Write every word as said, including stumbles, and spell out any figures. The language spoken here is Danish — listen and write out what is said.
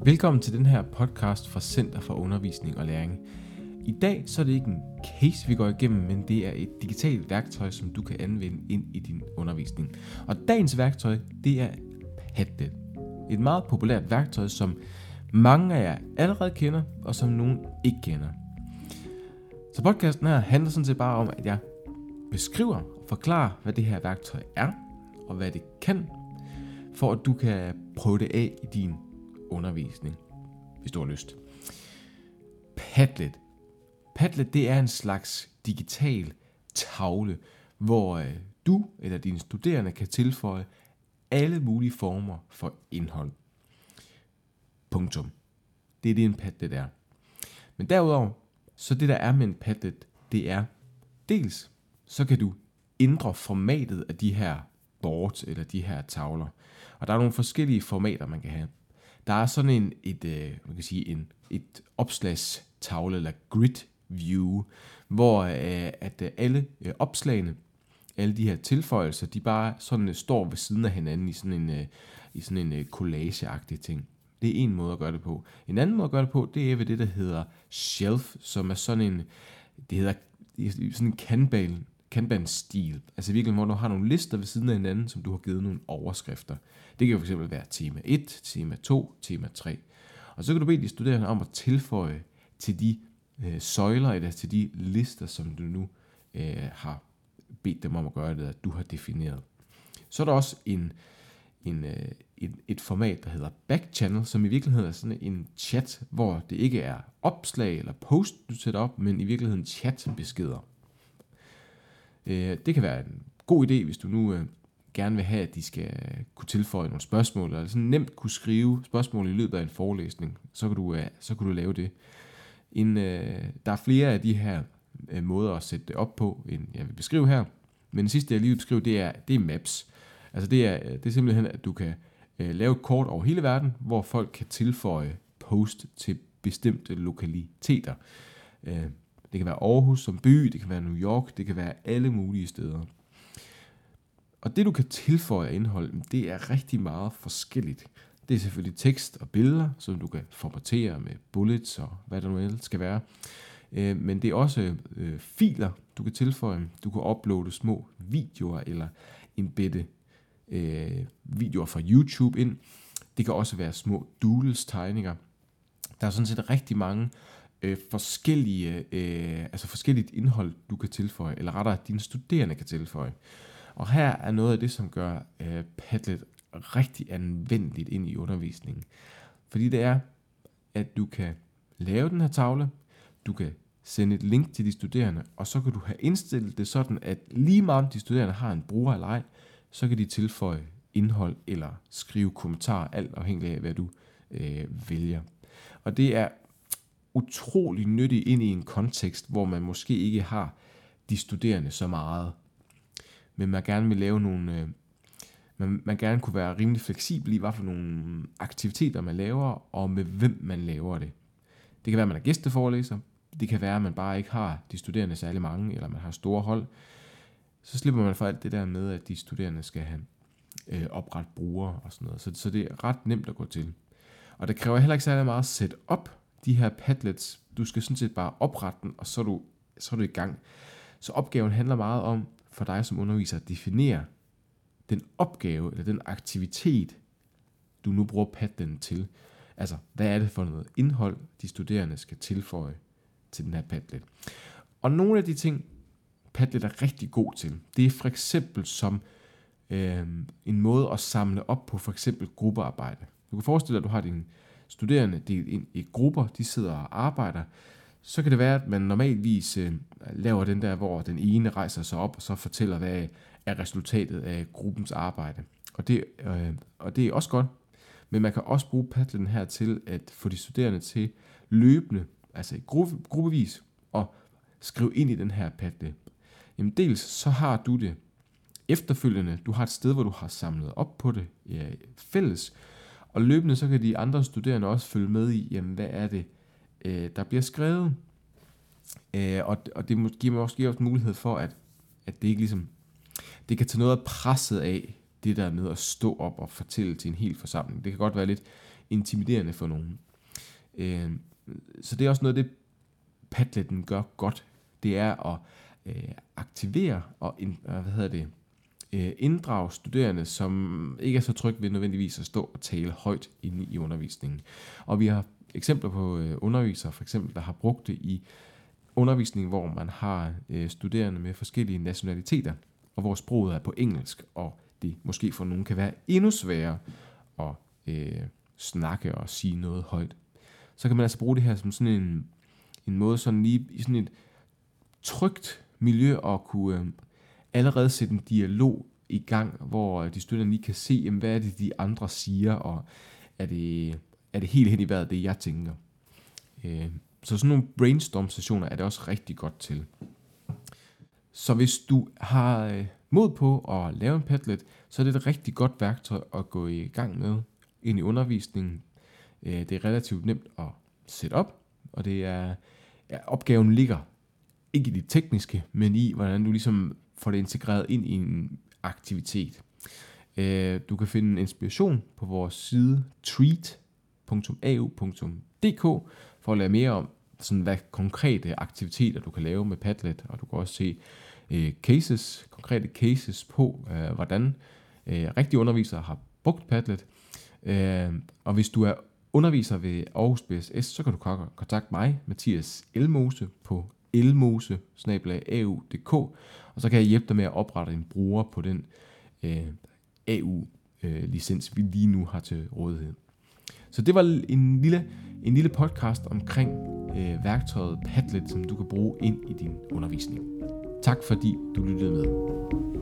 Velkommen til den her podcast fra Center for Undervisning og Læring. I dag så er det ikke en case, vi går igennem, men det er et digitalt værktøj, som du kan anvende ind i din undervisning. Og dagens værktøj, det er Padlet. Et meget populært værktøj, som mange af jer allerede kender, og som nogen ikke kender. Så podcasten her handler sådan set bare om, at jeg beskriver og forklarer, hvad det her værktøj er, og hvad det kan, for at du kan prøve det af i din undervisning, hvis du har lyst. Padlet. Padlet, det er en slags digital tavle, hvor øh, du eller dine studerende kan tilføje alle mulige former for indhold. Punktum. Det er det, en Padlet er. Men derudover, så det der er med en Padlet, det er dels, så kan du ændre formatet af de her boards eller de her tavler. Og der er nogle forskellige formater, man kan have. Der er sådan en, et, øh, man kan sige en, et opslagstavle eller grid view, hvor øh, at øh, alle øh, opslagene, alle de her tilføjelser, de bare sådan øh, står ved siden af hinanden i sådan en, øh, i sådan en øh, collage-agtig ting. Det er en måde at gøre det på. En anden måde at gøre det på, det er ved det, der hedder shelf, som er sådan en, det hedder sådan en Kanban, Kanban-stil. Altså virkelig, hvor du har nogle lister ved siden af hinanden, som du har givet nogle overskrifter. Det kan jo fx være tema et, tema to, tema tre. Og så kan du bede de studerende om at tilføje til de øh, søjler, eller til de lister, som du nu øh, har bedt dem om at gøre det, at du har defineret. Så er der også en, en, øh, et, et format, der hedder backchannel, som i virkeligheden er sådan en chat, hvor det ikke er opslag eller post, du sætter op, men i virkeligheden chatbeskeder. Øh, det kan være en god idé, hvis du nu øh, gerne vil have, at de skal kunne tilføje nogle spørgsmål, eller sådan nemt kunne skrive spørgsmål i løbet af en forelæsning, så kan du, uh, så kan du lave det. En, uh, der er flere af de her uh, måder at sætte det op på, end jeg vil beskrive her, men den sidste, jeg lige vil beskrive, det er, det er maps. Altså det er, det er simpelthen, at du kan uh, lave et kort over hele verden, hvor folk kan tilføje post til bestemte lokaliteter. Uh, det kan være Aarhus som by, det kan være New York, det kan være alle mulige steder. Og det, du kan tilføje af indhold, det er rigtig meget forskelligt. Det er selvfølgelig tekst og billeder, som du kan formattere med bullets og hvad der nu ellers skal være. Men det er også øh, filer, du kan tilføje. Du kan uploade små videoer eller embedde øh, videoer fra YouTube ind. Det kan også være små doodles, tegninger. Der er sådan set rigtig mange øh, forskellige, øh, altså forskelligt indhold, du kan tilføje, eller rettere, dine studerende kan tilføje. Og her er noget af det, som gør øh, Padlet rigtig anvendeligt ind i undervisningen. Fordi det er, at du kan lave den her tavle, du kan sende et link til de studerende, og så kan du have indstillet det sådan, at lige meget om de studerende har en bruger eller ej, så kan de tilføje indhold eller skrive kommentarer, alt afhængig af, hvad du øh, vælger. Og det er utrolig nyttigt ind i en kontekst, hvor man måske ikke har de studerende så meget, men man gerne vil lave nogle, øh, man, man gerne kunne være rimelig fleksibel i, hvad for nogle aktiviteter man laver, og med hvem man laver det. Det kan være, at man er gæsteforelæser, det kan være, at man bare ikke har de studerende særlig mange, eller man har store hold. Så slipper man for alt det der med, at de studerende skal have øh, opret brugere og sådan noget. Så, så det er ret nemt at gå til. Og det kræver heller ikke særlig meget at sætte op de her Padlets. Du skal sådan set bare oprette den, og så er du, så er du i gang. Så opgaven handler meget om, for dig som underviser, at definere den opgave, eller den aktivitet, du nu bruger Padlet til. Altså, hvad er det for noget indhold, de studerende skal tilføje til den her Padlet. Og nogle af de ting, Padlet er rigtig god til, det er for eksempel som øh, en måde at samle op på for eksempel gruppearbejde. Du kan forestille dig, at du har dine studerende delt ind i grupper, de sidder og arbejder. Så kan det være, at man normalvis øh, laver den der, hvor den ene rejser sig op og så fortæller, hvad er resultatet af gruppens arbejde. Og det, øh, og det er også godt, men man kan også bruge Padlet her til at få de studerende til løbende, altså i gruppe, gruppevis, og skrive ind i den her Padlet. Jamen dels så har du det efterfølgende, du har et sted, hvor du har samlet op på det ja, fælles, og løbende så kan de andre studerende også følge med i, jamen hvad er det, der bliver skrevet, og det giver mig også også mulighed for, at, at det ikke ligesom, det kan tage noget af presset af, det der med at stå op og fortælle til en hel forsamling. Det kan godt være lidt intimiderende for nogen. Øh, så det er også noget, det Padleten gør godt. Det er at øh, aktivere og ind, hvad hedder det, øh, inddrage studerende, som ikke er så trygge ved nødvendigvis at stå og tale højt inde i undervisningen. Og vi har eksempler på øh, undervisere, for eksempel, der har brugt det i undervisning, hvor man har øh, studerende med forskellige nationaliteter, og hvor sproget er på engelsk, og det måske for nogen kan være endnu sværere at øh, snakke og sige noget højt. Så kan man altså bruge det her som sådan en, en måde, sådan lige i sådan et trygt miljø, at kunne øh, allerede sætte en dialog i gang, hvor de studerende lige kan se, jamen, hvad er det, de andre siger, og er det, er det helt hen i vejret, det jeg tænker. Øh, Så sådan nogle brainstorm-sessioner er det også rigtig godt til. Så hvis du har øh, mod på at lave en Padlet, så er det et rigtig godt værktøj at gå i gang med ind i undervisningen. Øh, det er relativt nemt at sætte op, og det er, ja, opgaven ligger ikke i det tekniske, men i hvordan du ligesom får det integreret ind i en aktivitet. Øh, du kan finde inspiration på vores side treat punktum a u punktum d k for at lære mere om, sådan, hvad konkrete aktiviteter du kan lave med Padlet, og du kan også se øh, cases, konkrete cases på, øh, hvordan øh, rigtige undervisere har brugt Padlet. Øh, og hvis du er underviser ved Aarhus B S S, så kan du kontakte mig, Mathias Elmose, på elmose bindestreg a u punktum d k, og så kan jeg hjælpe dig med at oprette en bruger på den øh, A U-licens, vi lige nu har til rådighed. Så det var en lille, en lille podcast omkring øh, værktøjet Padlet, som du kan bruge ind i din undervisning. Tak fordi du lyttede med.